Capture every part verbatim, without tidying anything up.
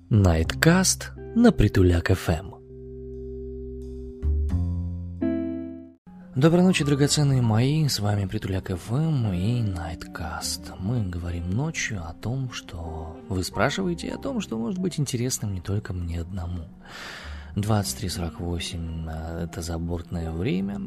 Найткаст на Притуляк эф эм. Доброй ночи, драгоценные мои, с вами Притуляк эф эм и Найткаст. Мы говорим ночью о том, что вы спрашиваете, о том, что может быть интересным не только мне одному. двадцать три сорок восемь – это забортное время,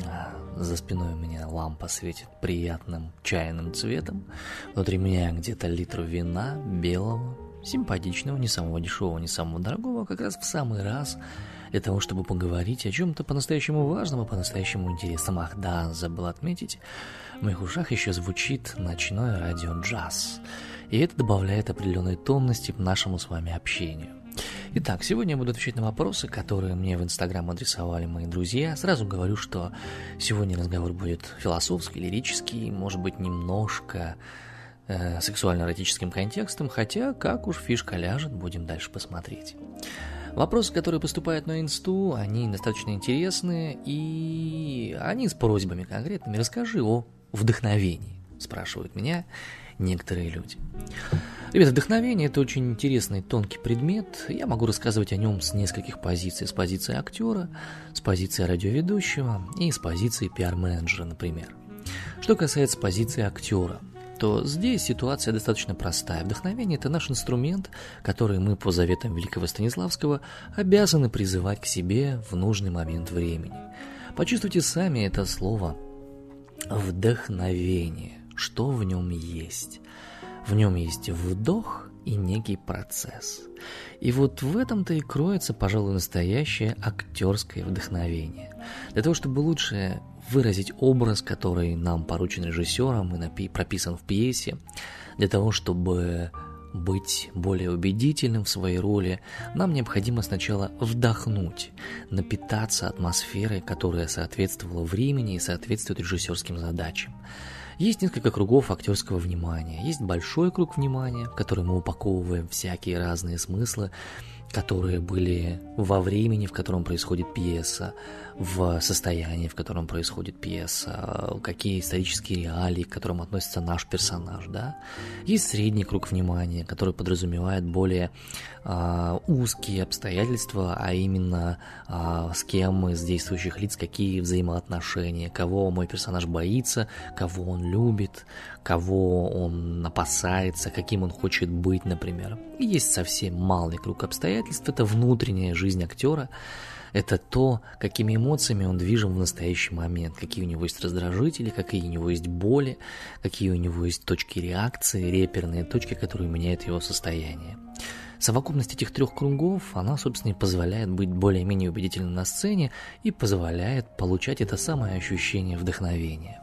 за спиной у меня лампа светит приятным чайным цветом, внутри меня где-то литр вина белого, симпатичного, не самого дешевого, не самого дорогого, а как раз в самый раз для того, чтобы поговорить о чем-то по-настоящему важном и по-настоящему интересном. Ах да, забыл отметить, в моих ушах еще звучит ночное радио джаз, и это добавляет определенной тонности к нашему с вами общению. Итак, сегодня я буду отвечать на вопросы, которые мне в Инстаграм адресовали мои друзья. Сразу говорю, что сегодня разговор будет философский, лирический, может быть, немножко э, сексуально-эротическим контекстом, хотя, как уж фишка ляжет, будем дальше посмотреть. Вопросы, которые поступают на Инсту, они достаточно интересные, и они с просьбами конкретными. Расскажи о вдохновении, спрашивают меня некоторые люди. Ребята, вдохновение – это очень интересный, тонкий предмет. Я могу рассказывать о нем с нескольких позиций. С позиции актера, с позиции радиоведущего и с позиции пиар-менеджера, например. Что касается позиции актера, то здесь ситуация достаточно простая. Вдохновение – это наш инструмент, который мы по заветам великого Станиславского обязаны призывать к себе в нужный момент времени. Почувствуйте сами это слово «вдохновение». Что в нем есть? В нем есть вдох и некий процесс. И вот в этом-то и кроется, пожалуй, настоящее актерское вдохновение. Для того, чтобы лучше выразить образ, который нам поручен режиссером и напи- прописан в пьесе, для того, чтобы быть более убедительным в своей роли, нам необходимо сначала вдохнуть, напитаться атмосферой, которая соответствовала времени и соответствует режиссерским задачам. Есть несколько кругов актерского внимания. Есть большой круг внимания, в который мы упаковываем всякие разные смыслы, которые были во времени, в котором происходит пьеса, в состоянии, в котором происходит пьеса, какие исторические реалии, к которым относится наш персонаж, да. Есть средний круг внимания, который подразумевает более а, узкие обстоятельства, а именно а, с кем из действующих лиц какие взаимоотношения, кого мой персонаж боится, кого он любит, кого он опасается, каким он хочет быть, например. И есть совсем малый круг обстоятельств, это внутренняя жизнь актера, это то, какими эмоциями он движим в настоящий момент, какие у него есть раздражители, какие у него есть боли, какие у него есть точки реакции, реперные точки, которые меняют его состояние. Совокупность этих трех кругов, она, собственно, и позволяет быть более-менее убедительным на сцене и позволяет получать это самое ощущение вдохновения.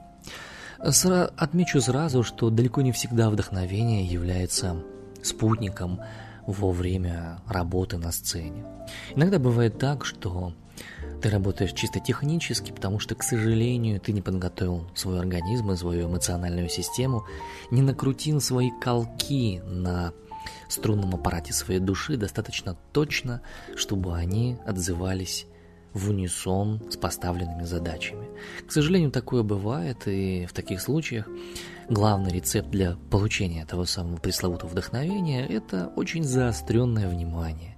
Сра- отмечу сразу, что далеко не всегда вдохновение является спутником во время работы на сцене. Иногда бывает так, что ты работаешь чисто технически, потому что, к сожалению, ты не подготовил свой организм и свою эмоциональную систему, не накрутил свои колки на струнном аппарате своей души достаточно точно, чтобы они отзывались в унисон с поставленными задачами. К сожалению, такое бывает, и в таких случаях главный рецепт для получения того самого пресловутого вдохновения – это очень заостренное внимание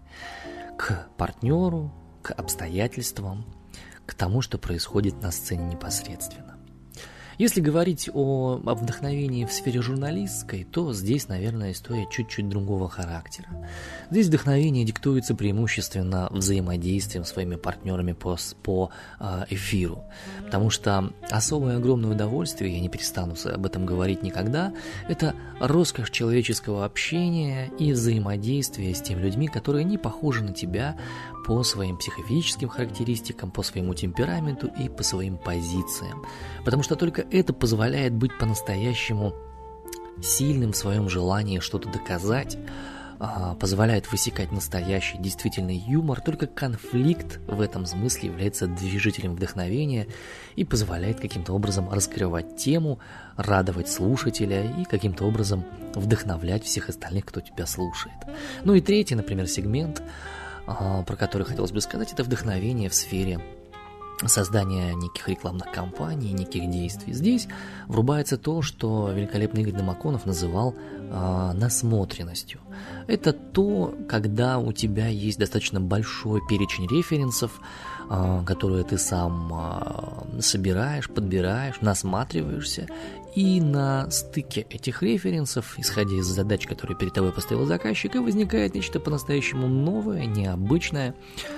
к партнеру, к обстоятельствам, к тому, что происходит на сцене непосредственно. Если говорить о, о вдохновении в сфере журналистской, то здесь, наверное, история чуть-чуть другого характера. Здесь вдохновение диктуется преимущественно взаимодействием с своими партнерами по, по э, эфиру, потому что особое огромное удовольствие, я не перестану об этом говорить никогда, это роскошь человеческого общения и взаимодействия с теми людьми, которые не похожи на тебя по своим психофизическим характеристикам, по своему темпераменту и по своим позициям. Потому что только это позволяет быть по-настоящему сильным в своем желании что-то доказать, позволяет высекать настоящий, действительный юмор. Только конфликт в этом смысле является движителем вдохновения и позволяет каким-то образом раскрывать тему, радовать слушателя и каким-то образом вдохновлять всех остальных, кто тебя слушает. Ну и третий, например, сегмент, про который хотелось бы сказать, это вдохновение в сфере создания неких рекламных кампаний, неких действий. Здесь врубается то, что великолепный Игорь Дамаконов называл э, насмотренностью. Это то, когда у тебя есть достаточно большой перечень референсов, э, которые ты сам э, собираешь, подбираешь, насматриваешься, и на стыке этих референсов, исходя из задач, которые перед тобой поставил заказчик, и возникает нечто по-настоящему новое, необычное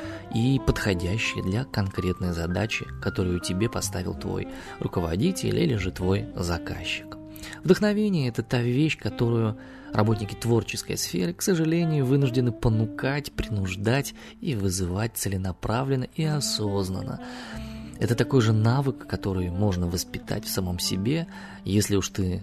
и подходящее для конкретной задачи, которую тебе поставил твой руководитель или же твой заказчик. Вдохновение – это та вещь, которую работники творческой сферы, к сожалению, вынуждены понукать, принуждать и вызывать целенаправленно и осознанно. Это такой же навык, который можно воспитать в самом себе, если уж ты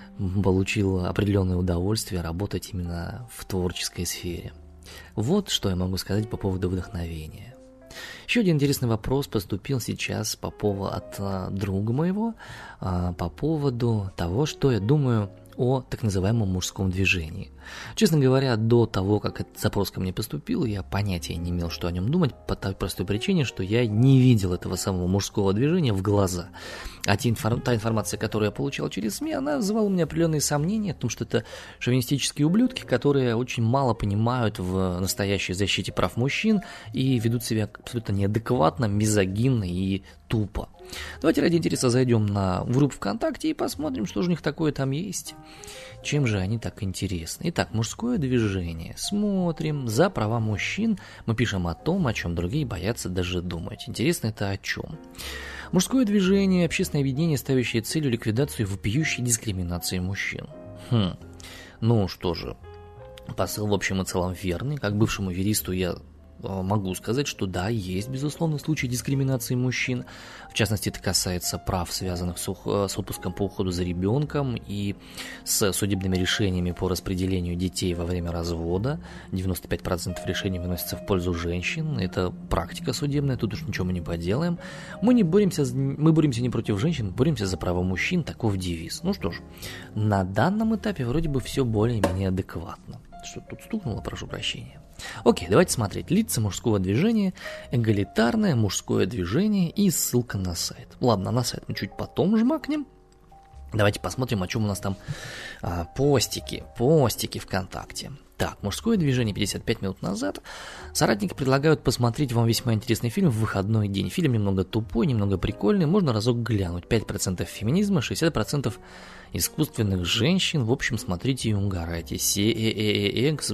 получил определенное удовольствие работать именно в творческой сфере. Вот что я могу сказать по поводу вдохновения. Еще один интересный вопрос поступил сейчас по поводу от а, друга моего, а, по поводу того, что я думаю о так называемом мужском движении. Честно говоря, до того, как этот запрос ко мне поступил, я понятия не имел, что о нем думать, по той простой причине, что я не видел этого самого мужского движения в глаза. А та информация, которую я получал через СМИ, она вызывала у меня определенные сомнения о том, что это шовинистические ублюдки, которые очень мало понимают в настоящей защите прав мужчин и ведут себя абсолютно неадекватно, мизогинно и тупо. Давайте ради интереса зайдем на группу ВКонтакте и посмотрим, что же у них такое там есть. Чем же они так интересны? Итак, мужское движение. Смотрим. За права мужчин мы пишем о том, о чем другие боятся даже думать. Интересно это о чем? Мужское движение – общественное объединение, ставящее целью ликвидацию вопиющей дискриминации мужчин. Хм. Ну что же, посыл в общем и целом верный. Как бывшему юристу я могу сказать, что да, есть, безусловно, случаи дискриминации мужчин. В частности, это касается прав, связанных с, ух... с отпуском по уходу за ребенком и с судебными решениями по распределению детей во время развода. девяносто пять процентов решений выносятся в пользу женщин. Это практика судебная, тут уж ничего мы не поделаем. Мы не боремся, мы боремся не против женщин, мы боремся за права мужчин, таков девиз. Ну что ж, на данном этапе вроде бы все более-менее адекватно. Что тут стукнуло, прошу прощения. Окей, давайте смотреть. Лица мужского движения, эгалитарное мужское движение и ссылка на сайт. Ладно, на сайт мы чуть потом жмакнем. Давайте посмотрим, о чем у нас там а, постики, постики ВКонтакте. Так, мужское движение пятьдесят пять минут назад. Соратники предлагают посмотреть вам весьма интересный фильм в выходной день. Фильм немного тупой, немного прикольный, можно разок глянуть. пять процентов феминизма, шестьдесят процентов искусственных женщин. В общем, смотрите и угорайте. Се-э-э-экс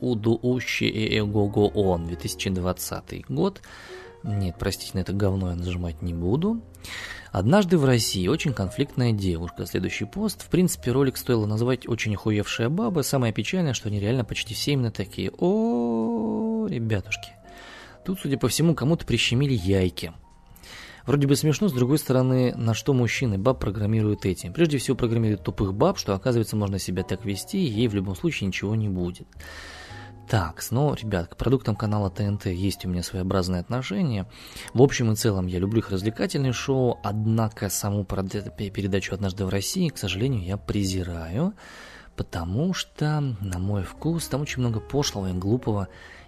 бу-у-ду-у-щи-э-го-го-он, две тысячи двадцатый год. Нет, простите, на это говно я нажимать не буду. Однажды в России очень конфликтная девушка. Следующий пост. В принципе, ролик стоило назвать «Очень охуевшая баба». Самое печальное, что они реально почти все именно такие. О, ребятушки. Тут, судя по всему, кому-то прищемили яйки. Вроде бы смешно, с другой стороны, на что мужчины баб программируют этим? Прежде всего программируют тупых баб, что, оказывается, можно себя так вести, и ей в любом случае ничего не будет. Так, ну, ребят, к продуктам канала ТНТ есть у меня своеобразное отношение. В общем и целом, я люблю их развлекательные шоу, однако саму передачу «Однажды в России», к сожалению, я презираю, потому что, на мой вкус, там очень много пошлого и глупого,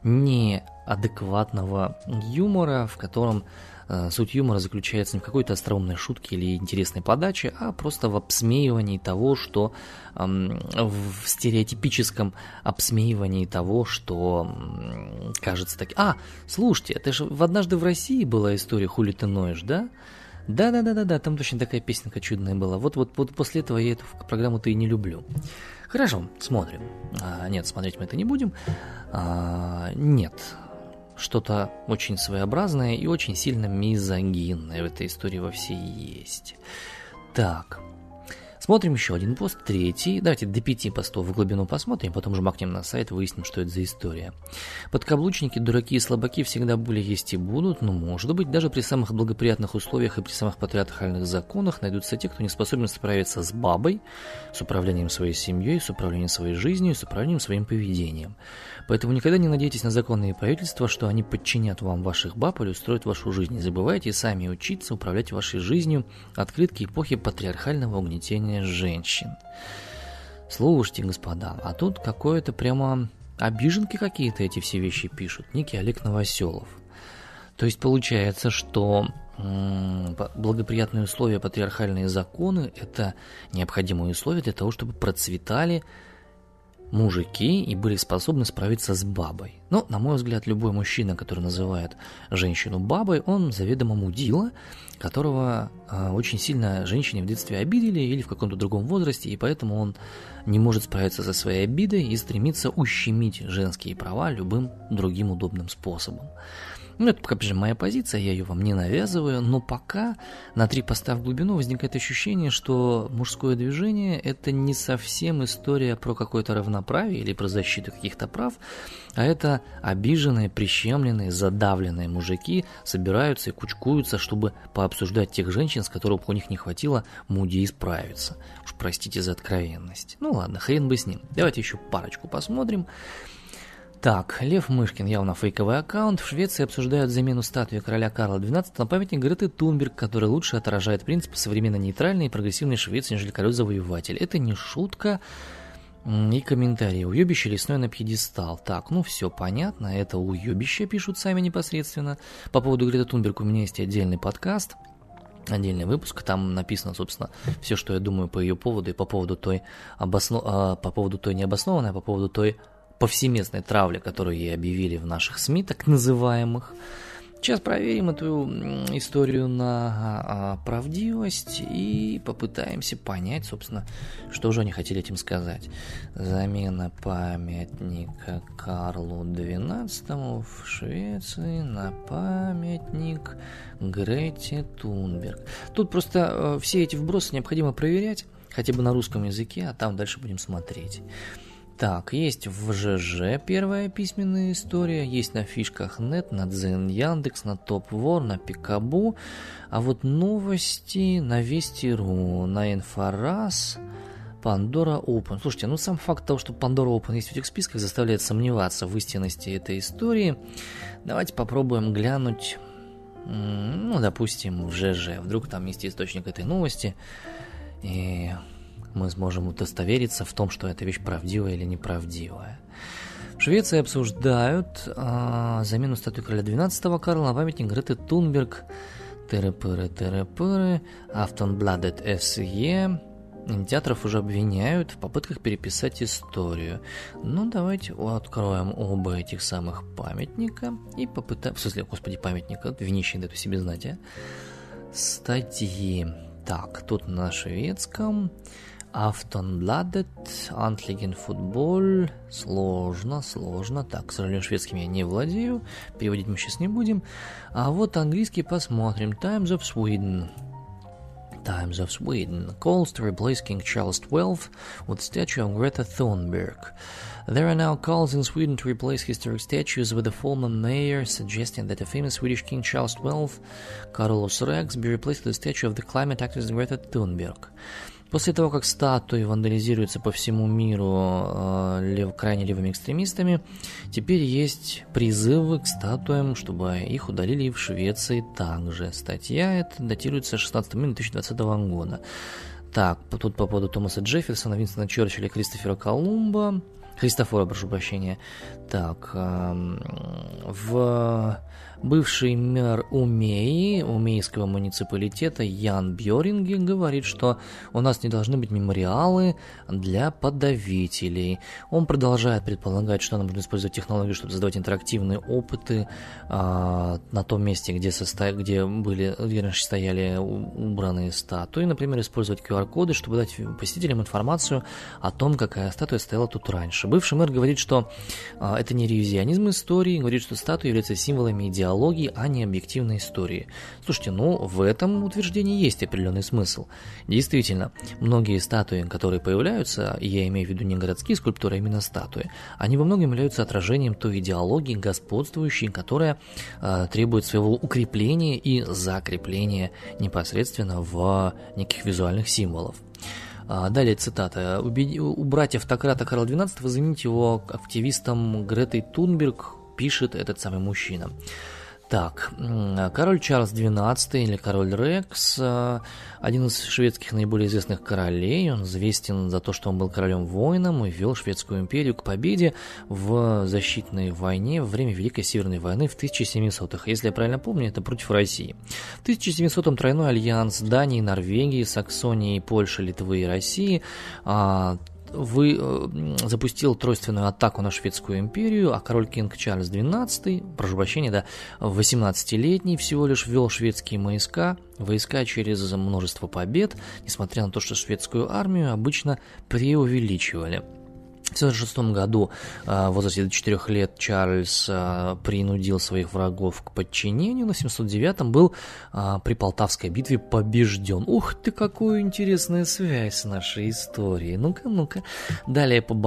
неадекватного юмора, в котором э, суть юмора заключается не в какой-то остроумной шутке или интересной подаче, а просто в обсмеивании того, что э, в стереотипическом обсмеивании того, что э, кажется так. А, слушайте, это же в «Однажды в России» была история «Хули ты ноешь», да? Да-да-да-да-да, там точно такая песенка чудная была. Вот-вот вот после этого я эту программу-то и не люблю. Хорошо, смотрим. А, нет, смотреть мы это не будем. А, нет, что-то очень своеобразное и очень сильно мизогинное в этой истории во всей есть. Так, смотрим еще один пост, третий. Давайте до пяти постов в глубину посмотрим, потом жмакнем на сайт, выясним, что это за история. Подкаблучники, дураки и слабаки всегда были, есть и будут, но, может быть, даже при самых благоприятных условиях и при самых патриархальных законах найдутся те, кто не способен справиться с бабой, с управлением своей семьей, с управлением своей жизнью, с управлением своим поведением. Поэтому никогда не надейтесь на законные правительства, что они подчинят вам ваших баб или устроят вашу жизнь. Не забывайте сами учиться управлять вашей жизнью. Открытки эпохи патриархального угнетения женщин. Слушайте, господа, а тут какое-то прямо обиженки какие-то эти все вещи пишут. Некий Олег Новоселов. То есть получается, что благоприятные условия, патриархальные законы – это необходимые условия для того, чтобы процветали мужики и были способны справиться с бабой. Но, на мой взгляд, любой мужчина, который называет женщину бабой, он заведомо мудила, которого э, очень сильно женщине в детстве обидели или в каком-то другом возрасте, и поэтому он не может справиться со своей обидой и стремится ущемить женские права любым другим удобным способом. Ну, это, опять же, моя позиция, я ее вам не навязываю, но пока на три поста в глубину возникает ощущение, что мужское движение – это не совсем история про какое-то равноправие или про защиту каких-то прав, а это обиженные, прищемленные, задавленные мужики собираются и кучкуются, чтобы пообсуждать тех женщин, с которых у них не хватило муди и справиться. Уж простите за откровенность. Ну ладно, хрен бы с ним. Давайте еще парочку посмотрим. Так, Лев Мышкин, явно фейковый аккаунт. В Швеции обсуждают замену статуи короля Карла двенадцатого на памятник Греты Тунберг, который лучше отражает принципы современно нейтральной и прогрессивной Швеции, нежели король-завоеватель. Это не шутка. И комментарии. Уебище лесное на пьедестал. Так, ну все понятно, это уебище пишут сами непосредственно. По поводу Греты Тунберг у меня есть отдельный подкаст, отдельный выпуск, там написано, собственно, все, что я думаю по ее поводу и по поводу той, обоснов... а, по поводу той необоснованной, а по поводу той повсеместной травли, которую ей объявили в наших СМИ, так называемых. Сейчас проверим эту историю на правдивость и попытаемся понять, собственно, что же они хотели этим сказать. Замена памятника Карлу двенадцатому в Швеции на памятник Грете Тунберг. Тут просто все эти вбросы необходимо проверять, хотя бы на русском языке, а там дальше будем смотреть. Так, есть в ЖЖ первая письменная история, есть на фишках точка нет, на Дзен Яндекс, на Топ.Вор, на Пикабу, а вот новости на Вести.ру, на Инфорас, Pandora Open. Слушайте, ну сам факт того, что Pandora Open есть в этих списках, заставляет сомневаться в истинности этой истории. Давайте попробуем глянуть, ну, допустим, в ЖЖ, вдруг там есть источник этой новости, и мы сможем удостовериться в том, что эта вещь правдивая или неправдивая. В Швеции обсуждают а, замену статуи короля двенадцатого Карла на памятник Греты Тунберг. Терепыры, терепыры, Aftonbladet эс е. Инициаторов уже обвиняют в попытках переписать историю. Ну, давайте откроем оба этих самых памятника и попытаем... В смысле, господи, памятника, винищие дают о себе знать, а? Статьи. Так, тут на шведском... Aftonbladet, Antligen Football, сложно, сложно, так, к сожалению, шведским я не владею, переводить мы сейчас не будем, а вот английский посмотрим, Times of Sweden, Times of Sweden calls to replace King Charles the twelfth with a statue of Greta Thunberg. There are now calls in Sweden to replace historic statues with the former mayor, suggesting that the famous Swedish King Charles the twelfth, Carlos Rex, be replaced with a statue of the climate activist Greta Thunberg. После того, как статуи вандализируются по всему миру э, лев, крайне левыми экстремистами, теперь есть призывы к статуям, чтобы их удалили и в Швеции также. Статья эта датируется шестнадцатого июня две тысячи двадцатого года. Так, тут по поводу Томаса Джефферсона, Винстона Черчилля, Кристофера Колумба, Христофора, прошу прощения. Так, э, в... Бывший мэр Умеи, Умейского муниципалитета Ян Бьоринге говорит, что у нас не должны быть мемориалы для подавителей. Он продолжает предполагать, что нам нужно использовать технологию, чтобы создавать интерактивные опыты а, на том месте, где, состо... где, были, где раньше стояли убранные статуи. Например, использовать ку ар-коды, чтобы дать посетителям информацию о том, какая статуя стояла тут раньше. Бывший мэр говорит, что а, это не ревизионизм истории, говорит, что статуи являются символами идеологии, а не объективной истории. Слушайте, ну в этом утверждении есть определенный смысл. Действительно, многие статуи, которые появляются, и я имею в виду не городские скульптуры, а именно статуи, они во многом являются отражением той идеологии господствующей, которая э, требует своего укрепления и закрепления непосредственно в неких визуальных символов. Далее цитата. «Убрать автократа Карла двенадцатого, заменить его активистом Гретой Тунберг», пишет этот самый мужчина. Так, король Чарльз двенадцатый или король Рекс, один из шведских наиболее известных королей, он известен за то, что он был королем-воином и вел шведскую империю к победе в защитной войне во время Великой Северной войны в тысяча семисотых. Если я правильно помню, это против России. В тысяча семисотом тройной альянс Дании, Норвегии, Саксонии, Польши, Литвы и России вы, э, запустил тройственную атаку на шведскую империю, а король Кинг Чарльз двенадцатый, прошу прощения, да, восемнадцатилетний всего лишь вел шведские войска, войска через множество побед, несмотря на то, что шведскую армию обычно преувеличивали. В тысяча девятьсот шестом году в возрасте до четырёх лет Чарльз принудил своих врагов к подчинению, на семьсот девятом был при Полтавской битве побежден. Ух ты, какую интересную связь с нашей историей. Ну-ка, ну-ка. Далее по,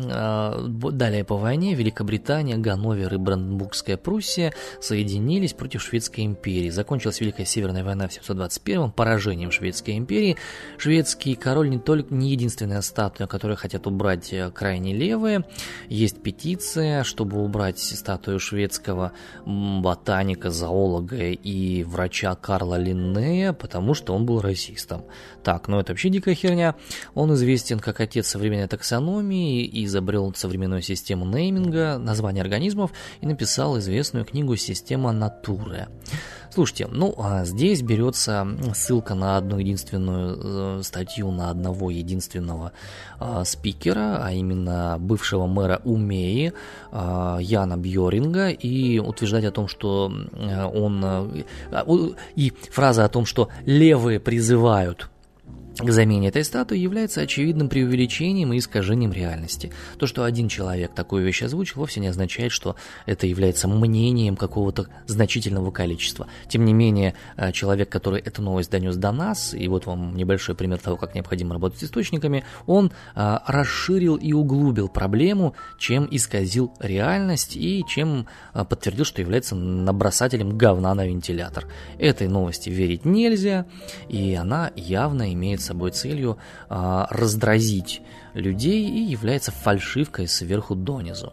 далее по войне Великобритания, Ганновер и Бранденбургская Пруссия соединились против Шведской империи. Закончилась Великая Северная война в семьсот двадцать первом поражением Шведской империи. Шведский король не только не единственная статуя, которую хотят убрать крайне левые. Есть петиция, чтобы убрать статую шведского ботаника, зоолога и врача Карла Линнея, потому что он был расистом. Так, ну это вообще дикая херня. Он известен как отец современной таксономии, изобрел современную систему нейминга, названия организмов и написал известную книгу «Система натуры». Слушайте, ну а здесь берется ссылка на одну единственную э, статью на одного единственного э, спикера, а именно бывшего мэра Умеи э, Яна Бьоринга, и утверждать о том, что э, он... Э, и фраза о том, что левые призывают к замене этой статуи, является очевидным преувеличением и искажением реальности. То, что один человек такую вещь озвучил, вовсе не означает, что это является мнением какого-то значительного количества. Тем не менее, человек, который эту новость донес до нас, и вот вам небольшой пример того, как необходимо работать с источниками, он а, расширил и углубил проблему, чем исказил реальность и чем а, подтвердил, что является набросателем говна на вентилятор. Этой новости верить нельзя, и она явно имеет собой целью а, раздразить людей и является фальшивкой сверху донизу.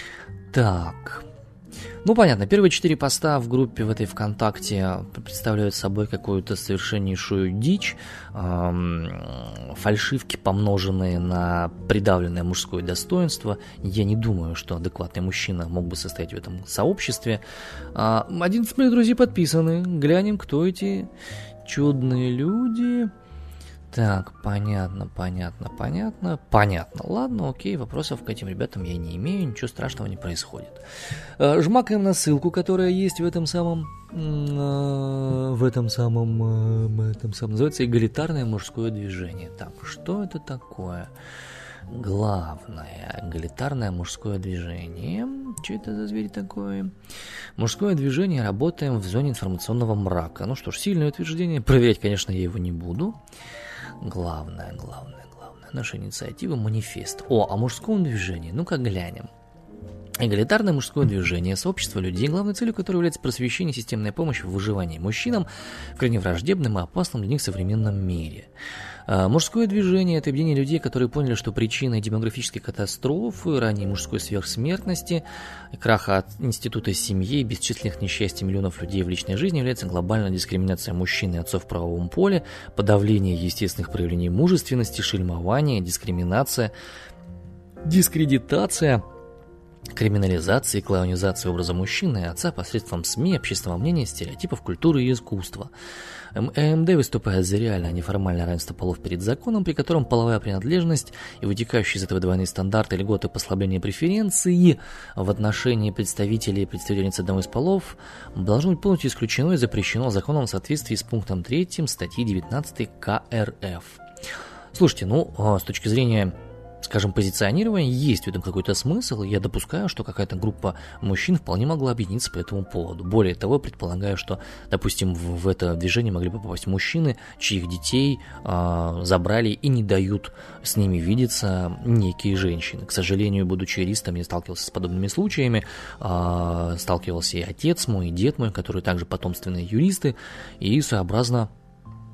Так, ну понятно, первые четыре поста в группе в этой ВКонтакте представляют собой какую-то совершеннейшую дичь, эм, фальшивки, помноженные на придавленное мужское достоинство. Я не думаю, что адекватный мужчина мог бы состоять в этом сообществе. А, одиннадцать моих друзей подписаны, глянем, кто эти чудные люди. Так, понятно, понятно, понятно, понятно. Ладно, окей, вопросов к этим ребятам я не имею, ничего страшного не происходит. Жмакаем на ссылку, которая есть в этом самом, в этом самом, в этом самом, называется «Эгалитарное мужское движение». Так, что это такое? Главное, эгалитарное мужское движение. Что это за зверь такое? Мужское движение, работаем в зоне информационного мрака. Ну что ж, сильное утверждение. Проверять, конечно, я его не буду. Главное, главное, главное. Наша инициатива манифест. О, о мужском движении. Ну-ка глянем. Эгалитарное мужское движение – сообщество людей, главной целью которого является просвещение и системная помощь в выживании мужчинам в крайне враждебном и опасном для них современном мире. Мужское движение – это объединение людей, которые поняли, что причиной демографической катастрофы, ранней мужской сверхсмертности, краха института семьи и бесчисленных несчастий миллионов людей в личной жизни является глобальная дискриминация мужчин и отцов в правовом поле, подавление естественных проявлений мужественности, шельмование, дискриминация, дискредитация, криминализация и клоунизация образа мужчины и отца посредством СМИ, общественного мнения, стереотипов, культуры и искусства. ЭМД выступает за реальное неформальное равенство полов перед законом, при котором половая принадлежность и вытекающие из этого двойные стандарты, льготы, послабления преференций в отношении представителей и представительниц одного из полов должно быть полностью исключено и запрещено законом в соответствии с пунктом третьим статьи девятнадцатой ка эр эф. Слушайте, ну, с точки зрения, скажем, позиционирования, есть в этом какой-то смысл, и я допускаю, что какая-то группа мужчин вполне могла объединиться по этому поводу. Более того, предполагаю, что, допустим, в, в это движение могли бы попасть мужчины, чьих детей э, забрали и не дают с ними видеться некие женщины. К сожалению, будучи юристом, я сталкивался с подобными случаями, э, сталкивался и отец мой, и дед мой, которые также потомственные юристы, и своеобразно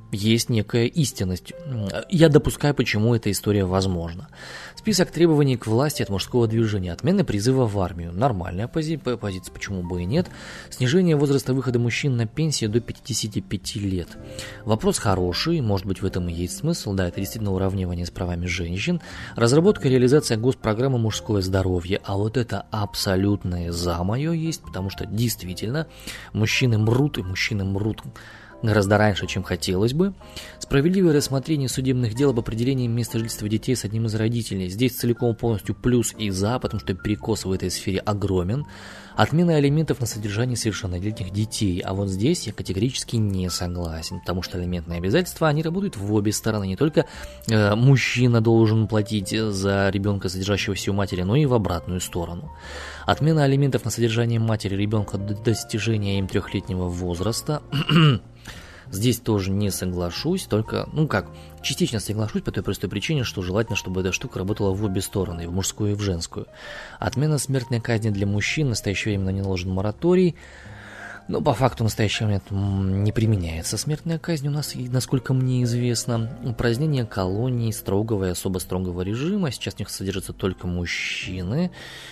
есть некая истинность. Я допускаю, почему эта история возможна. Список требований к власти от мужского движения. Отмена призыва в армию. Нормальная пози- позиция, почему бы и нет. Снижение возраста выхода мужчин на пенсию до пятидесяти пяти лет. Вопрос хороший, может быть, в этом и есть смысл. Да, это действительно уравнивание с правами женщин. Разработка и реализация госпрограммы «Мужское здоровье». А вот это абсолютное за мое есть, потому что действительно мужчины мрут, и мужчины мрут гораздо раньше, чем хотелось бы. Справедливое рассмотрение судебных дел об определении места жительства детей с одним из родителей. Здесь целиком полностью плюс и за, потому что перекос в этой сфере огромен. Отмена алиментов на содержание совершеннолетних детей. А вот здесь я категорически не согласен, потому что алиментные обязательства, они работают в обе стороны. Не только э, мужчина должен платить за ребенка, содержащегося у матери, но и в обратную сторону. Отмена алиментов на содержание матери ребенка до достижения им трехлетнего возраста. Здесь тоже не соглашусь, только, ну как, частично соглашусь по той простой причине, что желательно, чтобы эта штука работала в обе стороны, и в мужскую, и в женскую. Отмена смертной казни для мужчин, в настоящее время на ней наложен мораторий, но по факту в настоящий момент не применяется смертная казнь у нас, насколько мне известно. Упразднение колоний строгого и особо строгого режима, сейчас в них содержатся только мужчины.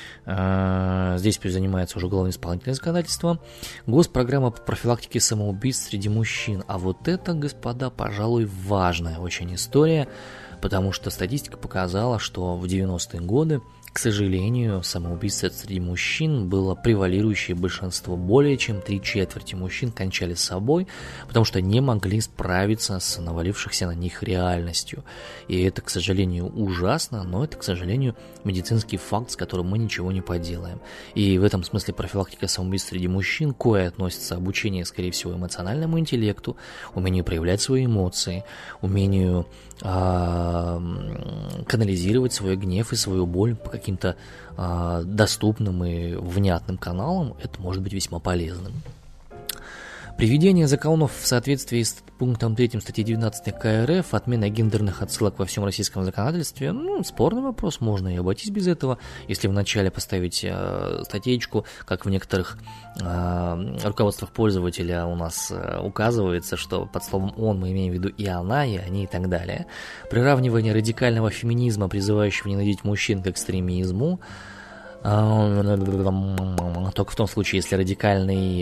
Здесь пусть занимается уже уголовно-исполнительное законодательство. Госпрограмма по профилактике самоубийств среди мужчин. А вот это, господа, пожалуй, важная очень история, потому что статистика показала, что в девяностые годы, к сожалению, самоубийств среди мужчин было превалирующее большинство. Более чем три четверти мужчин кончали с собой, потому что не могли справиться с навалившихся на них реальностью. И это, к сожалению, ужасно, но это, к сожалению, медицинский факт, с которым мы ничего не поделаем. И в этом смысле профилактика самоубийств среди мужчин, кое относится обучение, скорее всего, эмоциональному интеллекту, умению проявлять свои эмоции, умению а, канализировать свой гнев и свою боль по каким-то а, доступным и внятным каналам. Это может быть весьма полезным. Приведение законов в соответствии с пунктом третьим статьи девятнадцатой ка эр эф, отмена гендерных отсылок во всем российском законодательстве, ну, спорный вопрос, можно и обойтись без этого, если вначале поставить э, статейку, как в некоторых э, руководствах пользователя у нас э, указывается, что под словом «он» мы имеем в виду и «она», и «они» и так далее. Приравнивание радикального феминизма, призывающего ненавидеть мужчин к экстремизму, только в том случае, если радикальный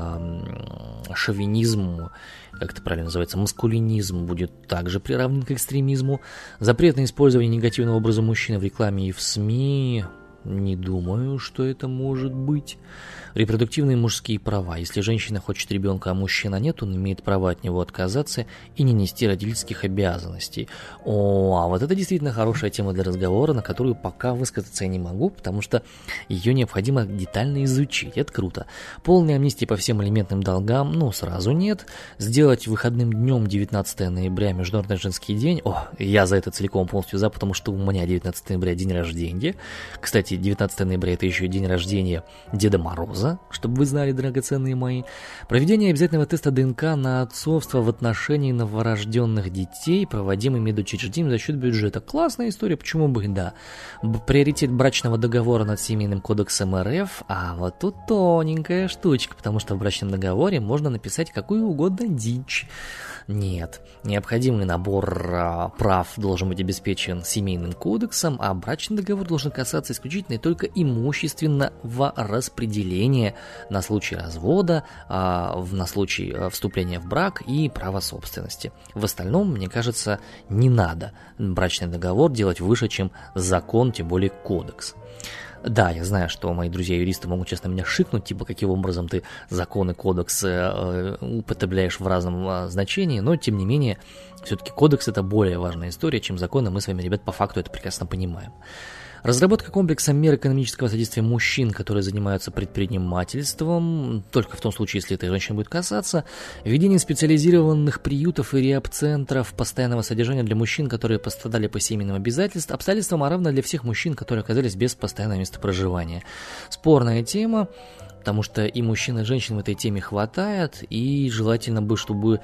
э, шовинизм, как это правильно называется, маскулинизм будет также приравнен к экстремизму. Запрет на использование негативного образа мужчины в рекламе и в СМИ. Не думаю, что это может быть. Репродуктивные мужские права. Если женщина хочет ребенка, а мужчина нет, он имеет право от него отказаться и не нести родительских обязанностей. О, а вот это действительно хорошая тема для разговора, на которую пока высказаться я не могу, потому что ее необходимо детально изучить. Это круто. Полной амнистии по всем элементным долгам, ну, сразу нет. Сделать выходным днем девятнадцатого ноября Международный женский день. О, я за это целиком полностью за, потому что у меня девятнадцатого ноября день рождения. Кстати, девятнадцатого ноября это еще и день рождения Деда Мороза, чтобы вы знали, драгоценные мои. Проведение обязательного теста ДНК на отцовство в отношении новорожденных детей, проводимый медучреждением за счет бюджета. Классная история, почему бы и да. Приоритет брачного договора над семейным кодексом эр эф, а вот тут тоненькая штучка, потому что в брачном договоре можно написать какую угодно дичь. Нет, необходимый набор а, прав должен быть обеспечен семейным кодексом, а брачный договор должен касаться исключительно и только имущественного распределения на случай развода, а, в, на случай а, вступления в брак и права собственности. В остальном, мне кажется, не надо брачный договор делать выше, чем закон, тем более кодекс. Да, я знаю, что мои друзья-юристы могут честно меня шикнуть, типа, каким образом ты законы, кодексы э, употребляешь в разном э, значении, но, тем не менее, все-таки кодекс – это более важная история, чем законы, мы с вами, ребят, по факту это прекрасно понимаем. Разработка комплекса мер экономического содействия мужчин, которые занимаются предпринимательством, только в том случае, если эта женщина будет касаться. Введение специализированных приютов и реаб-центров постоянного содержания для мужчин, которые пострадали по семейным обязательствам, обстоятельствам, а равно для всех мужчин, которые оказались без постоянного места проживания. Спорная тема, потому что и мужчин, и женщин в этой теме хватает, и желательно бы, чтобы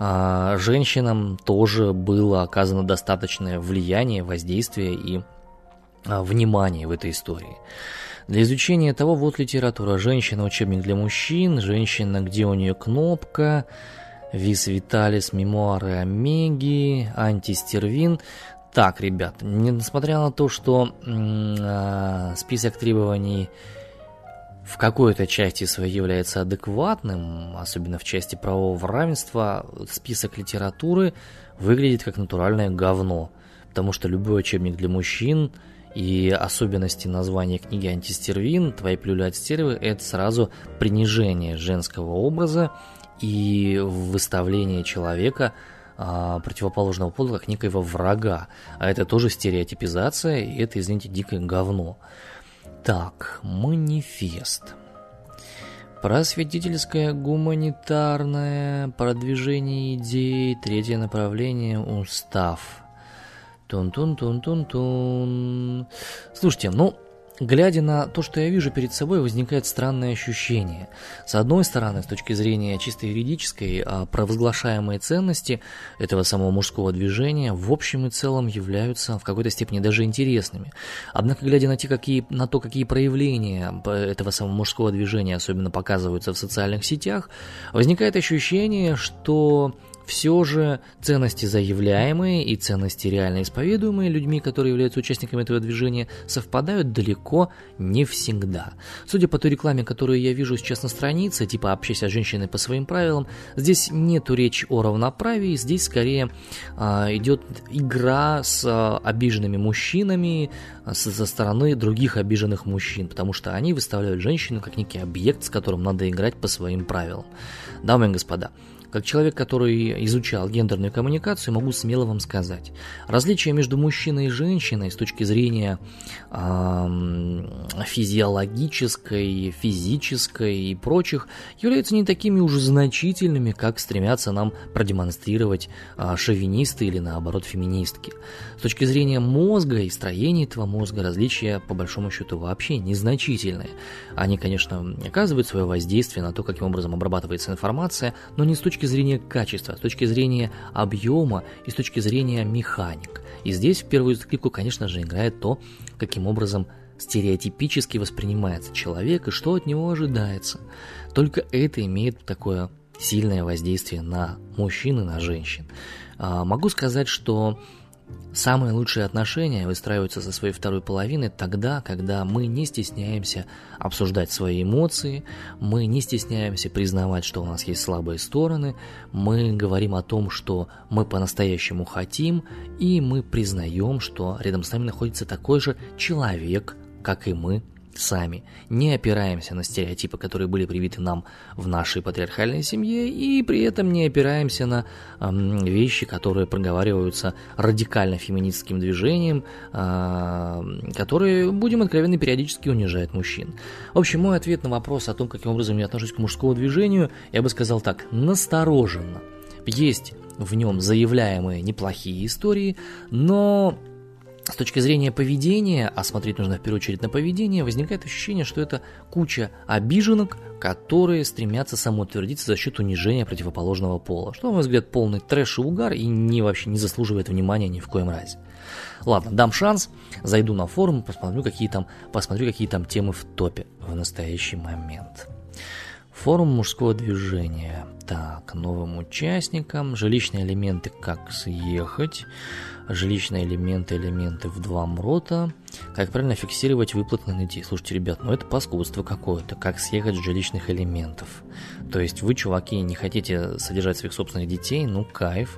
а, женщинам тоже было оказано достаточное влияние, воздействие и внимание в этой истории. Для изучения того, вот литература. Женщина, учебник для мужчин, женщина, где у нее кнопка. Вис Виталис, мемуары Омеги, антистервин. Так, ребят, несмотря на то, что э, список требований в какой-то части своей является адекватным, особенно в части правового равенства, список литературы выглядит как натуральное говно, потому что любой учебник для мужчин и особенности названия книги «Антистервин», «Твои пилюли от стервы» — это сразу принижение женского образа и выставление человека а, противоположного пола как некоего врага. А это тоже стереотипизация, и это, извините, дикое говно. Так, манифест. Просветительское, гуманитарное, продвижение идей, третье направление, устав. Тун-тун-тун-тун-тун. Слушайте, ну, глядя на то, что я вижу перед собой, возникает странное ощущение. С одной стороны, с точки зрения чисто юридической, провозглашаемые ценности этого самого мужского движения в общем и целом являются в какой-то степени даже интересными. Однако, глядя на, те, какие, на то, какие проявления этого самого мужского движения особенно показываются в социальных сетях, возникает ощущение, что все же ценности, заявляемые, и ценности, реально исповедуемые людьми, которые являются участниками этого движения, совпадают далеко не всегда. Судя по той рекламе, которую я вижу сейчас на странице, типа «Общайся с женщиной по своим правилам», здесь нету речи о равноправии, здесь скорее а, идет игра с а, обиженными мужчинами а, со, со стороны других обиженных мужчин, потому что они выставляют женщину как некий объект, с которым надо играть по своим правилам. Дамы и господа, как человек, который изучал гендерную коммуникацию, могу смело вам сказать, различие между мужчиной и женщиной с точки зрения э, физиологической, физической и прочих являются не такими уж значительными, как стремятся нам продемонстрировать э, шовинисты или наоборот феминистки. С точки зрения мозга и строения этого мозга различия по большому счету вообще незначительные. Они, конечно, оказывают свое воздействие на то, каким образом обрабатывается информация, но не с точки С точки зрения качества, с точки зрения объема и с точки зрения механик. И здесь в первую скрипку, конечно же, играет то, каким образом стереотипически воспринимается человек и что от него ожидается. Только это имеет такое сильное воздействие на мужчин и на женщин. А, могу сказать, что самые лучшие отношения выстраиваются со своей второй половиной тогда, когда мы не стесняемся обсуждать свои эмоции, мы не стесняемся признавать, что у нас есть слабые стороны, мы говорим о том, что мы по-настоящему хотим, и мы признаем, что рядом с нами находится такой же человек, как и мы сами. Не опираемся на стереотипы, которые были привиты нам в нашей патриархальной семье, и при этом не опираемся на э, вещи, которые проговариваются радикально феминистским движением, э, которые, будем откровенны, периодически унижают мужчин. В общем, мой ответ на вопрос о том, каким образом я отношусь к мужскому движению, я бы сказал так: настороженно. Есть в нем заявляемые неплохие истории, но с точки зрения поведения, а смотреть нужно в первую очередь на поведение, возникает ощущение, что это куча обиженок, которые стремятся самоутвердиться за счет унижения противоположного пола, что, на мой взгляд, полный трэш и угар и не, вообще не заслуживает внимания ни в коем разе. Ладно, дам шанс, зайду на форум, посмотрю, какие там, посмотрю, какие там темы в топе в настоящий момент. Форум мужского движения. Так, новым участникам. Жилищные элементы «Как съехать». Жилищные элементы, элементы в два мрота. Как правильно фиксировать выплаты на детей. Слушайте, ребят, ну это паскудство какое-то. Как съехать с жилищных элементов. То есть вы, чуваки, не хотите содержать своих собственных детей? Ну, кайф.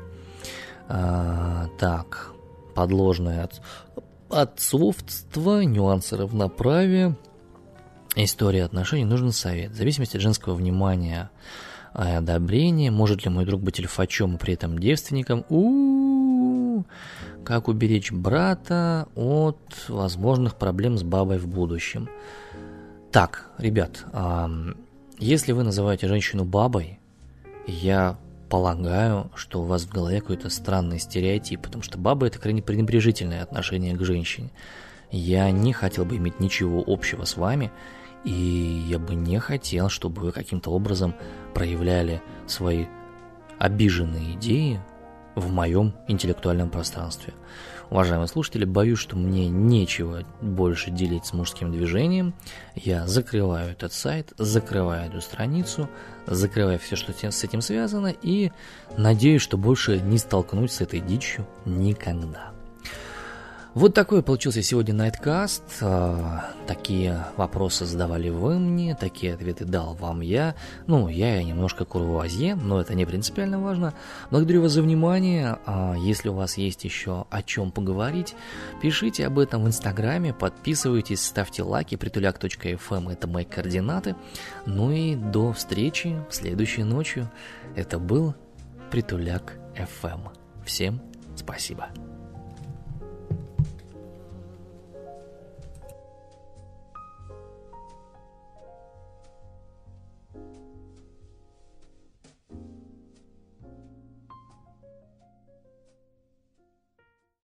А, так, подложное от... отцовство, нюансы равноправия. История отношений, нужен совет. В зависимости от женского внимания и одобрения. Может ли мой друг быть альфачом и при этом девственником? У-у-у. Как уберечь брата от возможных проблем с бабой в будущем? Так, ребят, если вы называете женщину бабой, я полагаю, что у вас в голове какой-то странный стереотип, потому что баба — это крайне пренебрежительное отношение к женщине. Я не хотел бы иметь ничего общего с вами, и я бы не хотел, чтобы вы каким-то образом проявляли свои обиженные идеи в моем интеллектуальном пространстве. Уважаемые слушатели, боюсь, что мне нечего больше делить с мужским движением. Я закрываю этот сайт, закрываю эту страницу, закрываю все, что с этим связано, и надеюсь, что больше не столкнусь с этой дичью никогда. Вот такой получился сегодня Найткаст. Такие вопросы задавали вы мне, такие ответы дал вам я. Ну, я немножко курвуазье, но это не принципиально важно. Благодарю вас за внимание. Если у вас есть еще о чем поговорить, пишите об этом в Инстаграме, подписывайтесь, ставьте лайки, притуляк точка эф эм — это мои координаты. Ну и до встречи следующей ночью. Это был Притуляк эф эм. Всем спасибо.